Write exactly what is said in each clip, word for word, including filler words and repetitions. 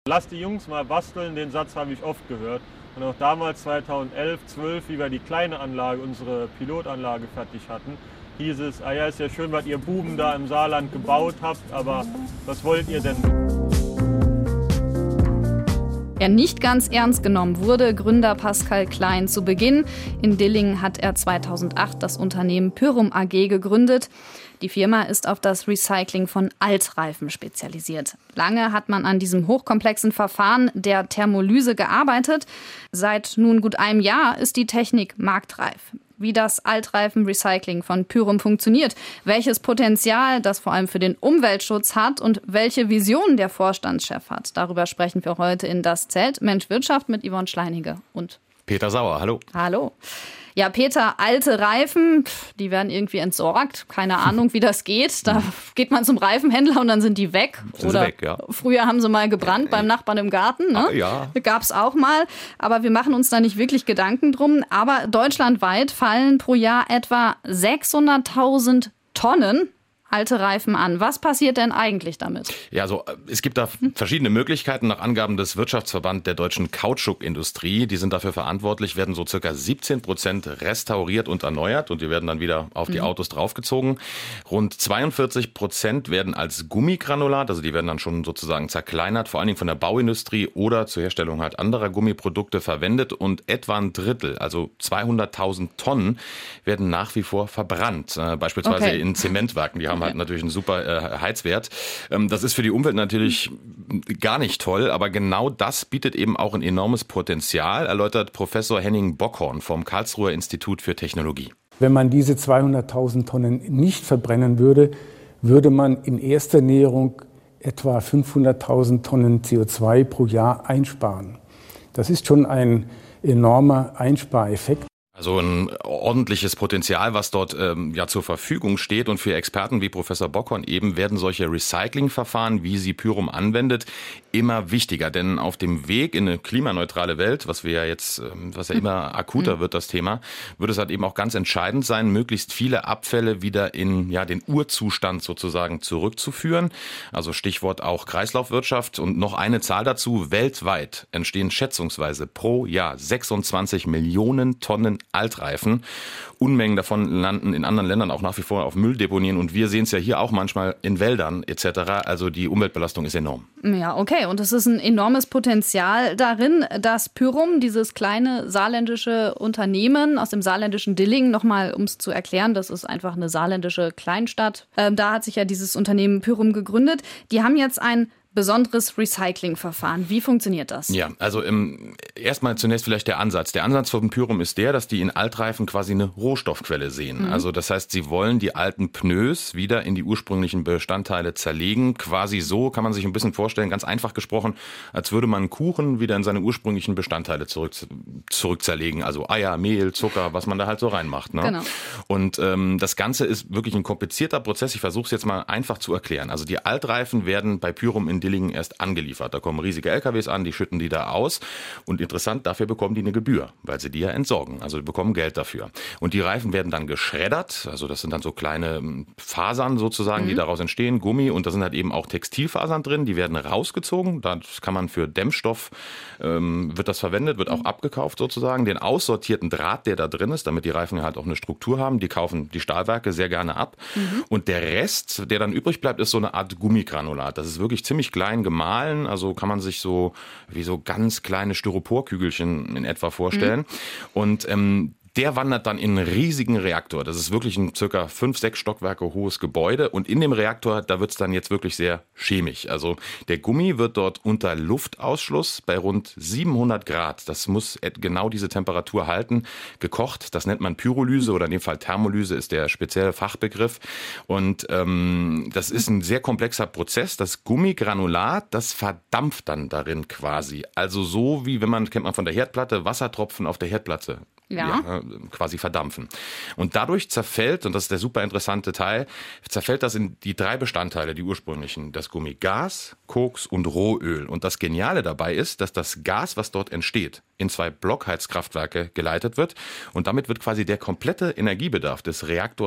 Lass die Jungs mal basteln, den Satz habe ich oft gehört. Und auch damals zweitausendelf, zwölf, wie wir die kleine Anlage, unsere Pilotanlage fertig hatten, hieß es, ah ja, ist ja schön, was ihr Buben da im Saarland gebaut habt, aber was wollt ihr denn? Er nicht ganz ernst genommen wurde Gründer Pascal Klein zu Beginn. In Dillingen hat er zweitausendacht das Unternehmen Pyrum A G gegründet. Die Firma ist auf das Recycling von Altreifen spezialisiert. Lange hat man an diesem hochkomplexen Verfahren der Thermolyse gearbeitet. Seit nun gut einem Jahr ist die Technik marktreif. Wie das Altreifenrecycling von Pyrum funktioniert, welches Potenzial das vor allem für den Umweltschutz hat und welche Vision der Vorstandschef hat. Darüber sprechen wir heute in Das Zelt Mensch Wirtschaft mit Yvonne Schleinige und Peter Sauer. Hallo. Hallo. Ja, Peter, alte Reifen, die werden irgendwie entsorgt. Keine Ahnung, wie das geht. Da geht man zum Reifenhändler und dann sind die weg. Sind Oder sie weg, ja. Früher haben sie mal gebrannt beim Nachbarn im Garten. Ne? Ah, ja. Gab's auch mal. Aber wir machen uns da nicht wirklich Gedanken drum. Aber deutschlandweit fallen pro Jahr etwa sechshunderttausend Tonnen alte Reifen an. Was passiert denn eigentlich damit? Ja, also es gibt da verschiedene Möglichkeiten. Nach Angaben des Wirtschaftsverband der deutschen Kautschukindustrie, die sind dafür verantwortlich, werden so circa siebzehn Prozent restauriert und erneuert und die werden dann wieder auf die mhm. Autos draufgezogen. Rund zweiundvierzig Prozent werden als Gummigranulat, also die werden dann schon sozusagen zerkleinert, vor allen Dingen von der Bauindustrie oder zur Herstellung halt anderer Gummiprodukte verwendet und etwa ein Drittel, also zweihunderttausend Tonnen, werden nach wie vor verbrannt. Äh, beispielsweise okay. in Zementwerken, die haben hat natürlich einen super äh, Heizwert. Ähm, das ist für die Umwelt natürlich gar nicht toll, aber genau das bietet eben auch ein enormes Potenzial, erläutert Professor Henning Bockhorn vom Karlsruher Institut für Technologie. Wenn man diese zweihunderttausend Tonnen nicht verbrennen würde, würde man in erster Näherung etwa fünfhunderttausend Tonnen C O zwei pro Jahr einsparen. Das ist schon ein enormer Einspareffekt. Also ein ordentliches Potenzial, was dort ähm, ja zur Verfügung steht. Und für Experten wie Professor Bockhorn eben werden solche Recyclingverfahren, wie sie Pyrum anwendet, immer wichtiger. Denn auf dem Weg in eine klimaneutrale Welt, was wir ja jetzt, was ja immer akuter wird, das Thema, wird es halt eben auch ganz entscheidend sein, möglichst viele Abfälle wieder in ja den Urzustand sozusagen zurückzuführen. Also Stichwort auch Kreislaufwirtschaft. Und noch eine Zahl dazu: Weltweit entstehen schätzungsweise pro Jahr sechsundzwanzig Millionen Tonnen Altreifen. Unmengen davon landen in anderen Ländern auch nach wie vor auf Mülldeponien und wir sehen es ja hier auch manchmal in Wäldern et cetera. Also die Umweltbelastung ist enorm. Ja, okay. Und es ist ein enormes Potenzial darin, dass Pyrum, dieses kleine saarländische Unternehmen aus dem saarländischen Dillingen, nochmal, um es zu erklären, das ist einfach eine saarländische Kleinstadt. Ähm, da hat sich ja dieses Unternehmen Pyrum gegründet. Die haben jetzt ein besonderes Recyclingverfahren. Wie funktioniert das? Ja, also ähm, erstmal zunächst vielleicht der Ansatz. Der Ansatz von Pyrum ist der, dass die in Altreifen quasi eine Rohstoffquelle sehen. Mhm. Also das heißt, sie wollen die alten Pneus wieder in die ursprünglichen Bestandteile zerlegen. Quasi so, kann man sich ein bisschen vorstellen, ganz einfach gesprochen, als würde man einen Kuchen wieder in seine ursprünglichen Bestandteile zurück, zurück zerlegen. Also Eier, Mehl, Zucker, was man da halt so reinmacht. Ne? Genau. Und ähm, das Ganze ist wirklich ein komplizierter Prozess. Ich versuche es jetzt mal einfach zu erklären. Also die Altreifen werden bei Pyrum in Dillingen erst angeliefert. Da kommen riesige L K Ws an, die schütten die da aus. Und interessant, dafür bekommen die eine Gebühr, weil sie die ja entsorgen. Also die bekommen Geld dafür. Und die Reifen werden dann geschreddert. Also das sind dann so kleine Fasern sozusagen, mhm. die daraus entstehen, Gummi. Und da sind halt eben auch Textilfasern drin. Die werden rausgezogen. Das kann man für Dämmstoff, ähm, wird das verwendet, wird auch mhm. abgekauft sozusagen. Den aussortierten Draht, der da drin ist, damit die Reifen halt auch eine Struktur haben, die kaufen die Stahlwerke sehr gerne ab. Mhm. Und der Rest, der dann übrig bleibt, ist so eine Art Gummigranulat. Das ist wirklich ziemlich klein gemahlen, also kann man sich so wie so ganz kleine Styroporkügelchen in etwa vorstellen. Mhm. Und ähm, der wandert dann in einen riesigen Reaktor. Das ist wirklich ein circa fünf, sechs Stockwerke hohes Gebäude. Und in dem Reaktor, da wird es dann jetzt wirklich sehr chemisch. Also der Gummi wird dort unter Luftausschluss bei rund siebenhundert Grad, das muss genau diese Temperatur halten, gekocht. Das nennt man Pyrolyse oder in dem Fall Thermolyse ist der spezielle Fachbegriff. Und ähm, das ist ein sehr komplexer Prozess. Das Gummigranulat, das verdampft dann darin quasi. Also so wie, wenn man, kennt man von der Herdplatte, Wassertropfen auf der Herdplatte. Ja. ja, quasi verdampfen. Und dadurch zerfällt, und das ist der super interessante Teil, zerfällt das in die drei Bestandteile, die ursprünglichen, das Gummi Gas, Koks und Rohöl. Und das Geniale dabei ist, dass das Gas, was dort entsteht, in zwei Blockheizkraftwerke geleitet wird und damit wird quasi der komplette Energiebedarf des Reaktors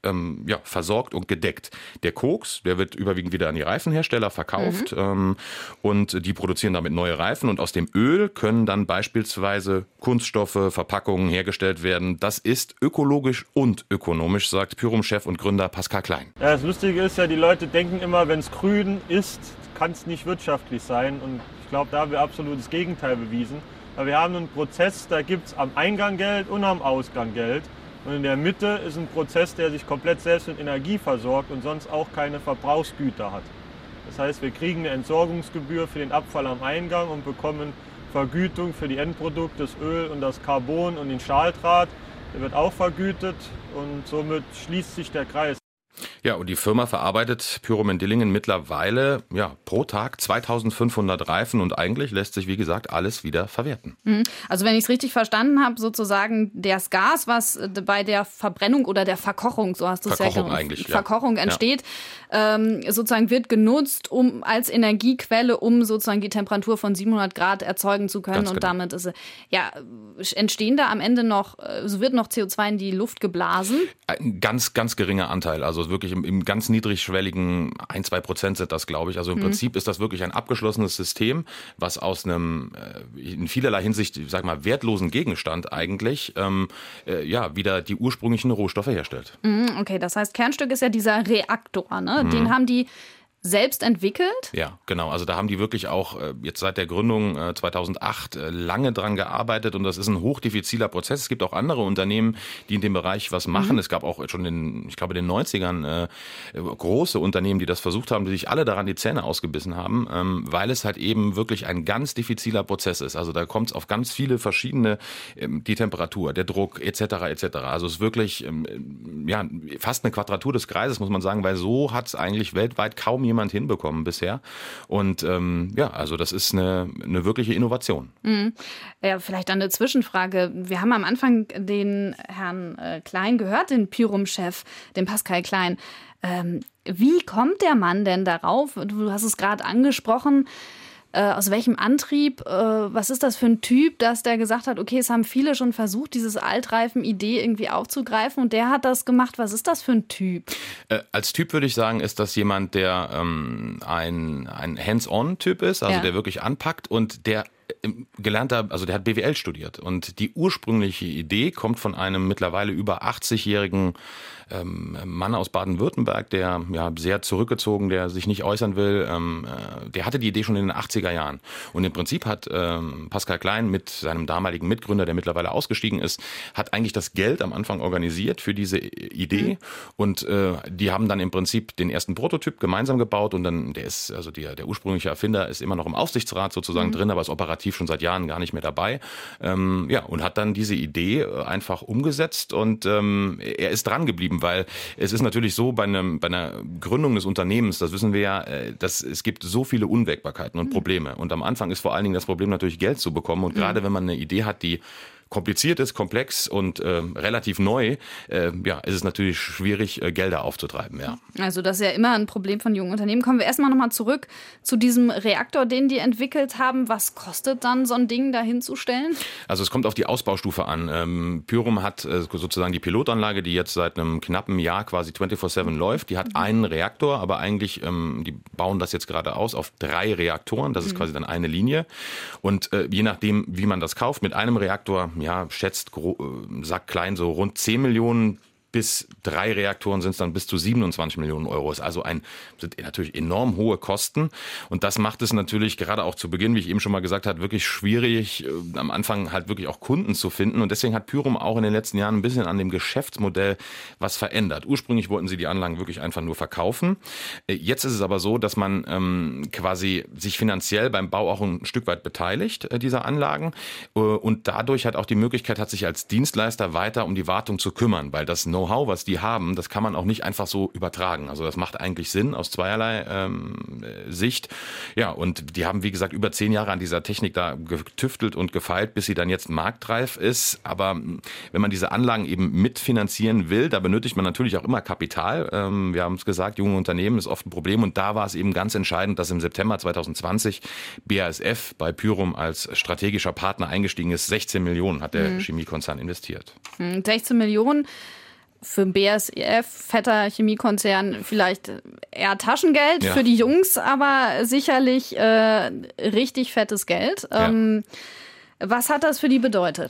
ähm, ja, versorgt und gedeckt. Der Koks, der wird überwiegend wieder an die Reifenhersteller verkauft mhm. ähm, und die produzieren damit neue Reifen und aus dem Öl können dann beispielsweise Kunststoffe, Verpackungen hergestellt werden. Das ist ökologisch und ökonomisch, sagt Pyrum-Chef und Gründer Pascal Klein. Ja, das Lustige ist ja, die Leute denken immer, wenn es grün ist, kann es nicht wirtschaftlich sein. Und ich glaube, da haben wir absolut das Gegenteil bewiesen. Weil wir haben einen Prozess, da gibt es am Eingang Geld und am Ausgang Geld. Und in der Mitte ist ein Prozess, der sich komplett selbst mit Energie versorgt und sonst auch keine Verbrauchsgüter hat. Das heißt, wir kriegen eine Entsorgungsgebühr für den Abfall am Eingang und bekommen Vergütung für die Endprodukte, das Öl und das Carbon und den Stahldraht. Der wird auch vergütet und somit schließt sich der Kreis. Ja, und die Firma verarbeitet Pyrum in Dillingen mittlerweile ja, pro Tag zweitausendfünfhundert Reifen und eigentlich lässt sich, wie gesagt, alles wieder verwerten. Also wenn ich es richtig verstanden habe, sozusagen das Gas, was bei der Verbrennung oder der Verkochung, so hast du es ja Verkochung eigentlich, Verkochung ja. entsteht, ja. ähm, sozusagen wird genutzt um als Energiequelle, um sozusagen die Temperatur von siebenhundert Grad erzeugen zu können. Ganz und genau. Damit ist ja entstehen da am Ende noch, so wird noch C O zwei in die Luft geblasen? Ein ganz, ganz geringer Anteil, also wirklich im, im ganz niedrigschwelligen ein, zwei Prozent sind das, glaube ich. Also im mhm. Prinzip ist das wirklich ein abgeschlossenes System, was aus einem äh, in vielerlei Hinsicht, ich sag mal, wertlosen Gegenstand eigentlich ähm, äh, ja wieder die ursprünglichen Rohstoffe herstellt. Mhm, okay, das heißt, Kernstück ist ja dieser Reaktor, ne? Mhm. Den haben die selbst entwickelt? Ja, genau. Also da haben die wirklich auch äh, jetzt seit der Gründung äh, zweitausendacht äh, lange dran gearbeitet und das ist ein hochdiffiziler Prozess. Es gibt auch andere Unternehmen, die in dem Bereich was machen. Mhm. Es gab auch schon in, ich glaube, in den neunzigern äh, große Unternehmen, die das versucht haben, die sich alle daran die Zähne ausgebissen haben, ähm, weil es halt eben wirklich ein ganz diffiziler Prozess ist. Also da kommt es auf ganz viele verschiedene, ähm, die Temperatur, der Druck et cetera et cetera. Also es ist wirklich ähm, ja fast eine Quadratur des Kreises, muss man sagen, weil so hat es eigentlich weltweit kaum jemand hinbekommen bisher. Und ähm, ja, also das ist eine, eine wirkliche Innovation. Mhm. Ja, vielleicht eine Zwischenfrage. Wir haben am Anfang den Herrn äh, Klein gehört, den Pyrum-Chef, den Pascal Klein. Ähm, wie kommt der Mann denn darauf? Du hast es gerade angesprochen. Äh, aus welchem Antrieb, äh, was ist das für ein Typ, dass der gesagt hat, okay, es haben viele schon versucht, dieses Altreifen-Idee irgendwie aufzugreifen und der hat das gemacht. Was ist das für ein Typ? Äh, als Typ würde ich sagen, ist das jemand, der ähm, ein, ein Hands-on-Typ ist, also ja. der wirklich anpackt und der gelernter, also der hat B W L studiert und die ursprüngliche Idee kommt von einem mittlerweile über achtzigjährigen ähm, Mann aus Baden-Württemberg, der ja sehr zurückgezogen, der sich nicht äußern will, ähm, äh, der hatte die Idee schon in den achtziger Jahren und im Prinzip hat ähm, Pascal Klein mit seinem damaligen Mitgründer, der mittlerweile ausgestiegen ist, hat eigentlich das Geld am Anfang organisiert für diese Idee mhm. und äh, die haben dann im Prinzip den ersten Prototyp gemeinsam gebaut und dann, der ist, also der, der ursprüngliche Erfinder ist immer noch im Aufsichtsrat sozusagen mhm. drin, aber ist operativ schon seit Jahren gar nicht mehr dabei. Ähm, ja, und hat dann diese Idee einfach umgesetzt und ähm, er ist dran geblieben, weil es ist natürlich so, bei, einem, bei einer Gründung des Unternehmens, das wissen wir ja, dass es gibt so viele Unwägbarkeiten und Probleme. Und am Anfang ist vor allen Dingen das Problem natürlich Geld zu bekommen und gerade wenn man eine Idee hat, die kompliziert ist, komplex und äh, relativ neu, äh, ja, ist es natürlich schwierig, äh, Gelder aufzutreiben. Ja. Also das ist ja immer ein Problem von jungen Unternehmen. Kommen wir erstmal nochmal zurück zu diesem Reaktor, den die entwickelt haben. Was kostet dann so ein Ding da hinzustellen? Also es kommt auf die Ausbaustufe an. Ähm, Pyrum hat äh, sozusagen die Pilotanlage, die jetzt seit einem knappen Jahr quasi vierundzwanzig sieben läuft. Die hat mhm. einen Reaktor, aber eigentlich, ähm, die bauen das jetzt gerade aus auf drei Reaktoren. Das ist mhm. quasi dann eine Linie. Und äh, je nachdem, wie man das kauft, mit einem Reaktor ja, schätzt, sagt Klein, so rund zehn Millionen bis drei Reaktoren sind es dann bis zu siebenundzwanzig Millionen Euro. Ist also ein, sind natürlich enorm hohe Kosten. Und das macht es natürlich gerade auch zu Beginn, wie ich eben schon mal gesagt habe, wirklich schwierig, äh, am Anfang halt wirklich auch Kunden zu finden. Und deswegen hat Pyrum auch in den letzten Jahren ein bisschen an dem Geschäftsmodell was verändert. Ursprünglich wollten sie die Anlagen wirklich einfach nur verkaufen. Äh, jetzt ist es aber so, dass man ähm, quasi sich finanziell beim Bau auch ein Stück weit beteiligt, äh, dieser Anlagen. Äh, und dadurch hat auch die Möglichkeit, hat sich als Dienstleister weiter um die Wartung zu kümmern, weil das Know-how, was die haben, das kann man auch nicht einfach so übertragen. Also das macht eigentlich Sinn aus zweierlei ähm, Sicht. Ja, und die haben, wie gesagt, über zehn Jahre an dieser Technik da getüftelt und gefeilt, bis sie dann jetzt marktreif ist. Aber wenn man diese Anlagen eben mitfinanzieren will, da benötigt man natürlich auch immer Kapital. Ähm, wir haben es gesagt, junge Unternehmen ist oft ein Problem. Und da war es eben ganz entscheidend, dass im September zwanzig zwanzig B A S F bei Pyrum als strategischer Partner eingestiegen ist. sechzehn Millionen hat der mhm. Chemiekonzern investiert. sechzehn Millionen. für B A S F, fetter Chemiekonzern, vielleicht eher Taschengeld ja. für die Jungs, aber sicherlich äh, richtig fettes Geld. Ja. Ähm, Was hat das für die bedeutet?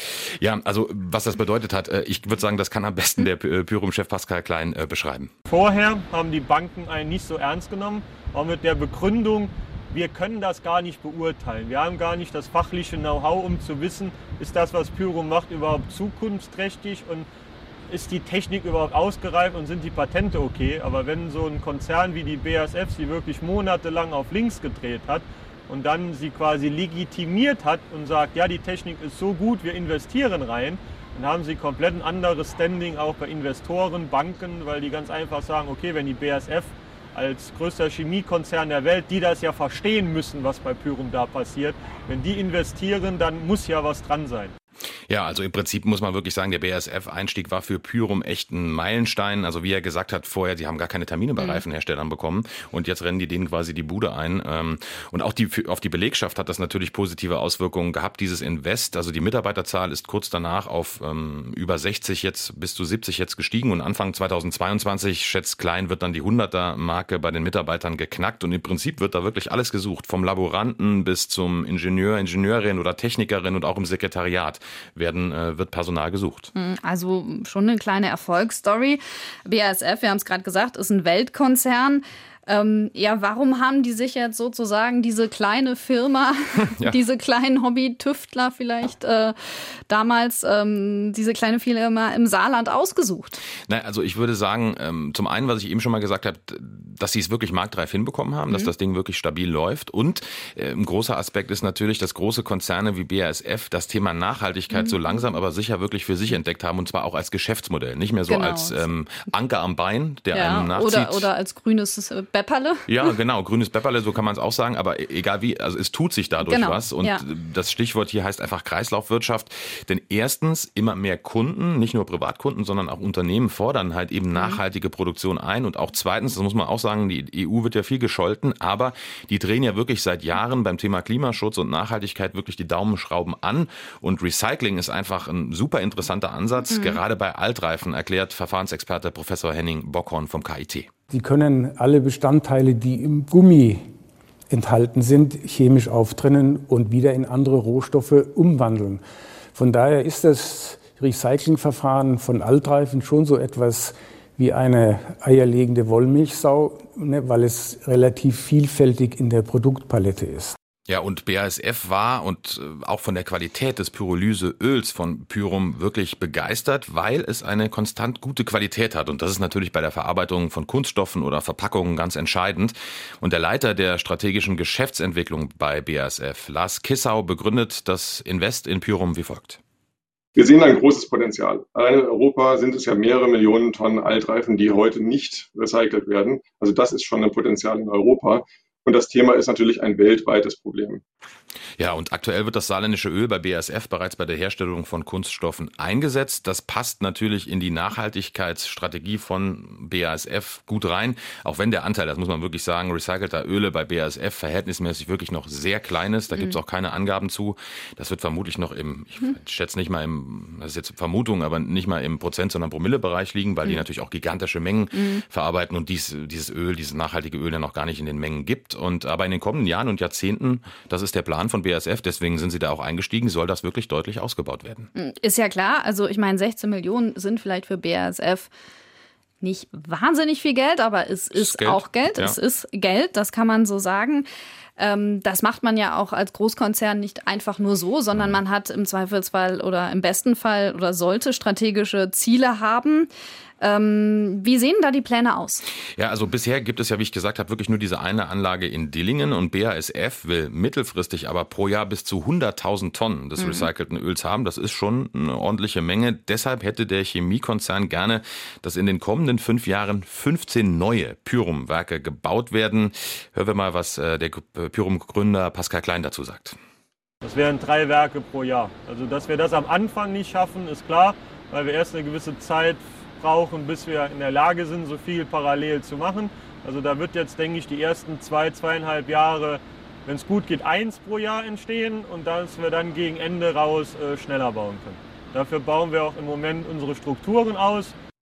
Ja, also was das bedeutet hat, ich würde sagen, das kann am besten der Pyrum-Chef Pascal Klein beschreiben. Vorher haben die Banken einen nicht so ernst genommen, auch mit der Begründung, wir können das gar nicht beurteilen. Wir haben gar nicht das fachliche Know-how, um zu wissen, ist das, was Pyrum macht, überhaupt zukunftsträchtig und ist die Technik überhaupt ausgereift und sind die Patente okay. Aber wenn so ein Konzern wie die B A S F sie wirklich monatelang auf links gedreht hat, und dann sie quasi legitimiert hat und sagt, ja, die Technik ist so gut, wir investieren rein, dann haben sie komplett ein anderes Standing auch bei Investoren, Banken, weil die ganz einfach sagen, okay, wenn die B A S F als größter Chemiekonzern der Welt, die das ja verstehen müssen, was bei Pyrum da passiert, wenn die investieren, dann muss ja was dran sein. Ja, also im Prinzip muss man wirklich sagen, der B A S F-Einstieg war für Pyrum echt ein Meilenstein. Also wie er gesagt hat vorher, die haben gar keine Termine bei Reifenherstellern bekommen und jetzt rennen die denen quasi die Bude ein. Und auch die, auf die Belegschaft hat das natürlich positive Auswirkungen gehabt, dieses Invest. Also die Mitarbeiterzahl ist kurz danach auf ähm, über sechzig, jetzt bis zu siebzig jetzt gestiegen und Anfang zweitausendzweiundzwanzig, schätzt Klein, wird dann die hunderter-Marke bei den Mitarbeitern geknackt und im Prinzip wird da wirklich alles gesucht, vom Laboranten bis zum Ingenieur, Ingenieurin oder Technikerin und auch im Sekretariat werden, äh, wird Personal gesucht. Also schon eine kleine Erfolgsstory. B A S F, wir haben es gerade gesagt, ist ein Weltkonzern. Ähm, ja, warum haben die sich jetzt sozusagen diese kleine Firma, ja. diese kleinen Hobby-Tüftler vielleicht äh, damals, ähm, diese kleine Firma im Saarland ausgesucht? Na, also ich würde sagen, ähm, zum einen, was ich eben schon mal gesagt habe, dass sie es wirklich marktreif hinbekommen haben, mhm. dass das Ding wirklich stabil läuft. Und äh, ein großer Aspekt ist natürlich, dass große Konzerne wie B A S F das Thema Nachhaltigkeit mhm. so langsam, aber sicher wirklich für sich entdeckt haben und zwar auch als Geschäftsmodell. Nicht mehr so genau. als ähm, Anker am Bein, der ja, einem nachzieht. Oder, oder als grünes äh, Bepperle. Ja, genau, grünes Bepperle, so kann man es auch sagen, aber egal wie, also es tut sich dadurch genau. was und ja. das Stichwort hier heißt einfach Kreislaufwirtschaft, denn erstens immer mehr Kunden, nicht nur Privatkunden, sondern auch Unternehmen fordern halt eben nachhaltige Produktion ein und auch zweitens, das muss man auch sagen, die E U wird ja viel gescholten, aber die drehen ja wirklich seit Jahren beim Thema Klimaschutz und Nachhaltigkeit wirklich die Daumenschrauben an und Recycling ist einfach ein super interessanter Ansatz, mhm. gerade bei Altreifen, erklärt Verfahrensexperte Professor Henning Bockhorn vom K I T. Sie können alle Bestandteile, die im Gummi enthalten sind, chemisch auftrennen und wieder in andere Rohstoffe umwandeln. Von daher ist das Recyclingverfahren von Altreifen schon so etwas wie eine eierlegende Wollmilchsau, ne, weil es relativ vielfältig in der Produktpalette ist. Ja, und B A S F war und auch von der Qualität des Pyrolyseöls von Pyrum wirklich begeistert, weil es eine konstant gute Qualität hat. Und das ist natürlich bei der Verarbeitung von Kunststoffen oder Verpackungen ganz entscheidend. Und der Leiter der strategischen Geschäftsentwicklung bei B A S F, Lars Kissau, begründet das Invest in Pyrum wie folgt. Wir sehen ein großes Potenzial. Allein in Europa sind es ja mehrere Millionen Tonnen Altreifen, die heute nicht recycelt werden. Also das ist schon ein Potenzial in Europa. Und das Thema ist natürlich ein weltweites Problem. Ja, und aktuell wird das saarländische Öl bei B A S F bereits bei der Herstellung von Kunststoffen eingesetzt. Das passt natürlich in die Nachhaltigkeitsstrategie von B A S F gut rein. Auch wenn der Anteil, das muss man wirklich sagen, recycelter Öle bei B A S F verhältnismäßig wirklich noch sehr klein ist. Da mhm. gibt es auch keine Angaben zu. Das wird vermutlich noch im, ich mhm. schätze nicht mal im, das ist jetzt Vermutung, aber nicht mal im Prozent, sondern Promillebereich liegen, weil mhm. die natürlich auch gigantische Mengen mhm. verarbeiten und dies, dieses Öl, dieses nachhaltige Öl ja noch gar nicht in den Mengen gibt. Und aber in den kommenden Jahren und Jahrzehnten, das ist der Plan von B A S F, deswegen sind sie da auch eingestiegen, soll das wirklich deutlich ausgebaut werden. Ist ja klar, also ich meine, sechzehn Millionen sind vielleicht für B A S F nicht wahnsinnig viel Geld, aber es ist Geld. auch Geld, ja. es ist Geld, das kann man so sagen. Das macht man ja auch als Großkonzern nicht einfach nur so, sondern man hat im Zweifelsfall oder im besten Fall oder sollte strategische Ziele haben. Ähm, wie sehen da die Pläne aus? Ja, also bisher gibt es ja, wie ich gesagt habe, wirklich nur diese eine Anlage in Dillingen und B A S F will mittelfristig aber pro Jahr bis zu hunderttausend Tonnen des mhm. recycelten Öls haben. Das ist schon eine ordentliche Menge. Deshalb hätte der Chemiekonzern gerne, dass in den kommenden fünf Jahren fünfzehn neue Pyrum-Werke gebaut werden. Hören wir mal, was der Pyrum-Gründer Pascal Klein dazu sagt. Das wären drei Werke pro Jahr. Also, dass wir das am Anfang nicht schaffen, ist klar, weil wir erst eine gewisse Zeit brauchen, bis wir in der Lage sind, so viel parallel zu machen. Also da wird jetzt, denke ich, die ersten zwei, zweieinhalb Jahre, wenn es gut geht, eins pro Jahr entstehen und dass wir dann gegen Ende raus äh, schneller bauen können. Dafür bauen wir auch im Moment unsere Strukturen aus.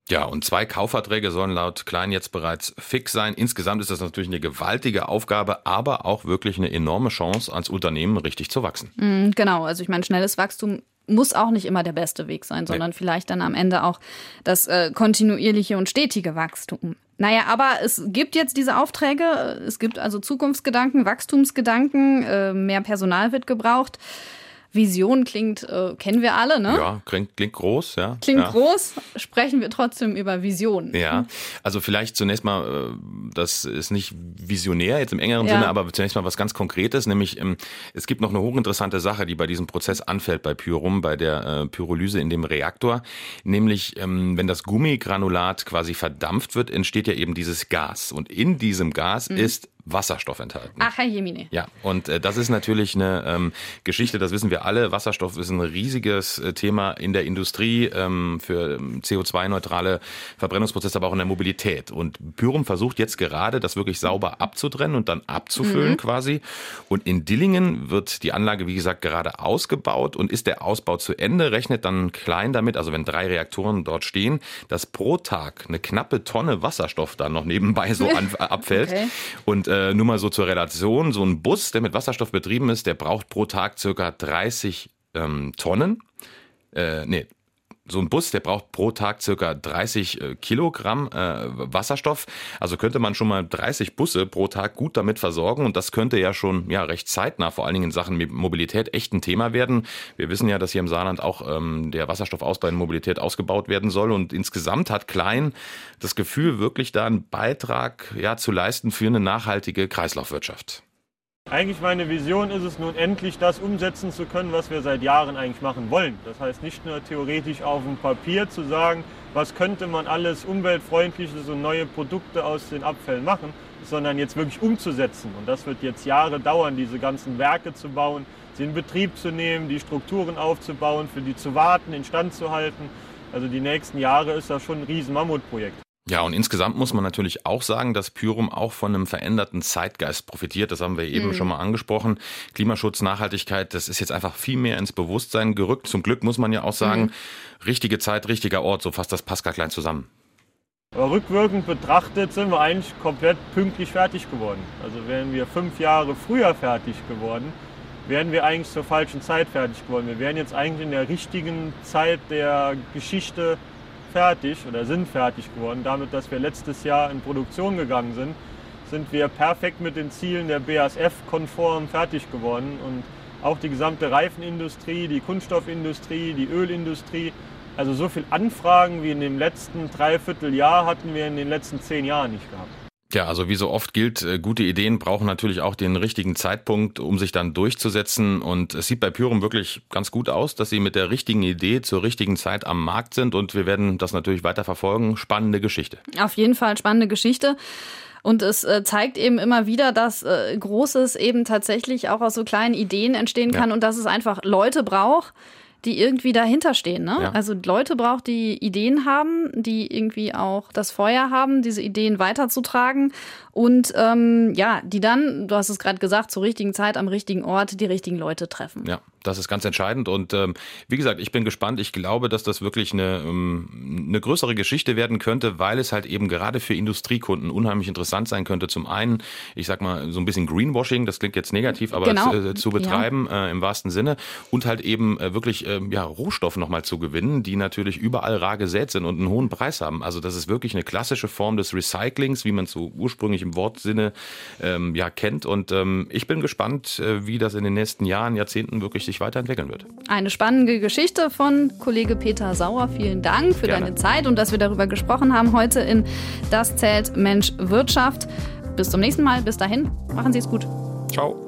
Ja, und zwei Kaufverträge sollen laut Klein jetzt bereits fix sein. Insgesamt ist das natürlich eine gewaltige Aufgabe, aber auch wirklich eine enorme Chance, als Unternehmen richtig zu wachsen. Mhm, genau, also ich meine, schnelles Wachstum muss auch nicht immer der beste Weg sein, sondern nee. vielleicht dann am Ende auch das äh, kontinuierliche und stetige Wachstum. Naja, aber es gibt jetzt diese Aufträge, es gibt also Zukunftsgedanken, Wachstumsgedanken, äh, mehr Personal wird gebraucht. Vision klingt, äh, kennen wir alle, ne? Ja, klingt, klingt groß, ja. Klingt ja. groß, sprechen wir trotzdem über Vision. Ja, also vielleicht zunächst mal, das ist nicht visionär jetzt im engeren ja. Sinne, aber zunächst mal was ganz Konkretes, nämlich es gibt noch eine hochinteressante Sache, die bei diesem Prozess anfällt bei Pyrum, bei der Pyrolyse in dem Reaktor, nämlich wenn das Gummigranulat quasi verdampft wird, entsteht ja eben dieses Gas und in diesem Gas mhm. ist Wasserstoff enthalten. Ach, Herr Jemine. Ja, und äh, das ist natürlich eine ähm, Geschichte, das wissen wir alle. Wasserstoff ist ein riesiges äh, Thema in der Industrie ähm, für ähm, C O zwei neutrale Verbrennungsprozesse, aber auch in der Mobilität. Und Pyrum versucht jetzt gerade, das wirklich sauber abzutrennen und dann abzufüllen mhm. quasi. Und in Dillingen wird die Anlage, wie gesagt, gerade ausgebaut. Und ist der Ausbau zu Ende, rechnet dann Klein damit, also wenn drei Reaktoren dort stehen, dass pro Tag eine knappe Tonne Wasserstoff dann noch nebenbei so an, abfällt. Okay. Und äh, nur mal so zur Relation, so ein Bus, der mit Wasserstoff betrieben ist, der braucht pro Tag circa dreißig ähm, Tonnen. Äh, nee, so ein Bus, der braucht pro Tag circa dreißig äh, Kilogramm äh, Wasserstoff. Also könnte man schon mal dreißig Busse pro Tag gut damit versorgen. Und das könnte ja schon ja recht zeitnah, vor allen Dingen in Sachen Mobilität, echt ein Thema werden. Wir wissen ja, dass hier im Saarland auch ähm, der Wasserstoffausbau in Mobilität ausgebaut werden soll. Und insgesamt hat Klein das Gefühl, wirklich da einen Beitrag ja, zu leisten für eine nachhaltige Kreislaufwirtschaft. Eigentlich meine Vision ist es nun endlich, das umsetzen zu können, was wir seit Jahren eigentlich machen wollen. Das heißt nicht nur theoretisch auf dem Papier zu sagen, was könnte man alles umweltfreundliches und neue Produkte aus den Abfällen machen, sondern jetzt wirklich umzusetzen. Und das wird jetzt Jahre dauern, diese ganzen Werke zu bauen, sie in Betrieb zu nehmen, die Strukturen aufzubauen, für die zu warten, instand zu halten. Also die nächsten Jahre ist das schon ein riesen Mammutprojekt. Ja, und insgesamt muss man natürlich auch sagen, dass Pyrum auch von einem veränderten Zeitgeist profitiert. Das haben wir eben mhm. schon mal angesprochen. Klimaschutz, Nachhaltigkeit, das ist jetzt einfach viel mehr ins Bewusstsein gerückt. Zum Glück muss man ja auch sagen, mhm. richtige Zeit, richtiger Ort, so fasst das Pascal Klein zusammen. Aber rückwirkend betrachtet sind wir eigentlich komplett pünktlich fertig geworden. Also wären wir fünf Jahre früher fertig geworden, wären wir eigentlich zur falschen Zeit fertig geworden. Wir wären jetzt eigentlich in der richtigen Zeit der Geschichte fertig oder sind fertig geworden. Damit, dass wir letztes Jahr in Produktion gegangen sind, sind wir perfekt mit den Zielen der B A S F-konform fertig geworden. Und auch die gesamte Reifenindustrie, die Kunststoffindustrie, die Ölindustrie, also so viel Anfragen wie in dem letzten Dreivierteljahr hatten wir in den letzten zehn Jahren nicht gehabt. Ja, also wie so oft gilt, gute Ideen brauchen natürlich auch den richtigen Zeitpunkt, um sich dann durchzusetzen. Und es sieht bei Pyrum wirklich ganz gut aus, dass sie mit der richtigen Idee zur richtigen Zeit am Markt sind. Und wir werden das natürlich weiter verfolgen. Spannende Geschichte. Auf jeden Fall spannende Geschichte. Und es äh, zeigt eben immer wieder, dass äh, Großes eben tatsächlich auch aus so kleinen Ideen entstehen kann, ja. Und dass es einfach Leute braucht, die irgendwie dahinter stehen. Ne? Ja. Also Leute braucht, die Ideen haben, die irgendwie auch das Feuer haben, diese Ideen weiterzutragen und ähm, ja, die dann, du hast es gerade gesagt, zur richtigen Zeit am richtigen Ort die richtigen Leute treffen. Ja, das ist ganz entscheidend und ähm, wie gesagt, ich bin gespannt. Ich glaube, dass das wirklich eine, ähm, eine größere Geschichte werden könnte, weil es halt eben gerade für Industriekunden unheimlich interessant sein könnte. Zum einen, ich sag mal, so ein bisschen Greenwashing, das klingt jetzt negativ, aber genau. es, äh, zu betreiben ja. äh, im wahrsten Sinne und halt eben äh, wirklich äh, ja, Rohstoffe nochmal zu gewinnen, die natürlich überall rar gesät sind und einen hohen Preis haben. Also das ist wirklich eine klassische Form des Recyclings, wie man es so ursprünglich im Wortsinne ähm, ja kennt. Und ähm, ich bin gespannt, äh, wie das in den nächsten Jahren, Jahrzehnten wirklich sich weiterentwickeln wird. Eine spannende Geschichte von Kollege Peter Sauer. Vielen Dank für Gerne. deine Zeit und dass wir darüber gesprochen haben heute in Das zählt Mensch Wirtschaft. Bis zum nächsten Mal. Bis dahin. Machen Sie es gut. Ciao.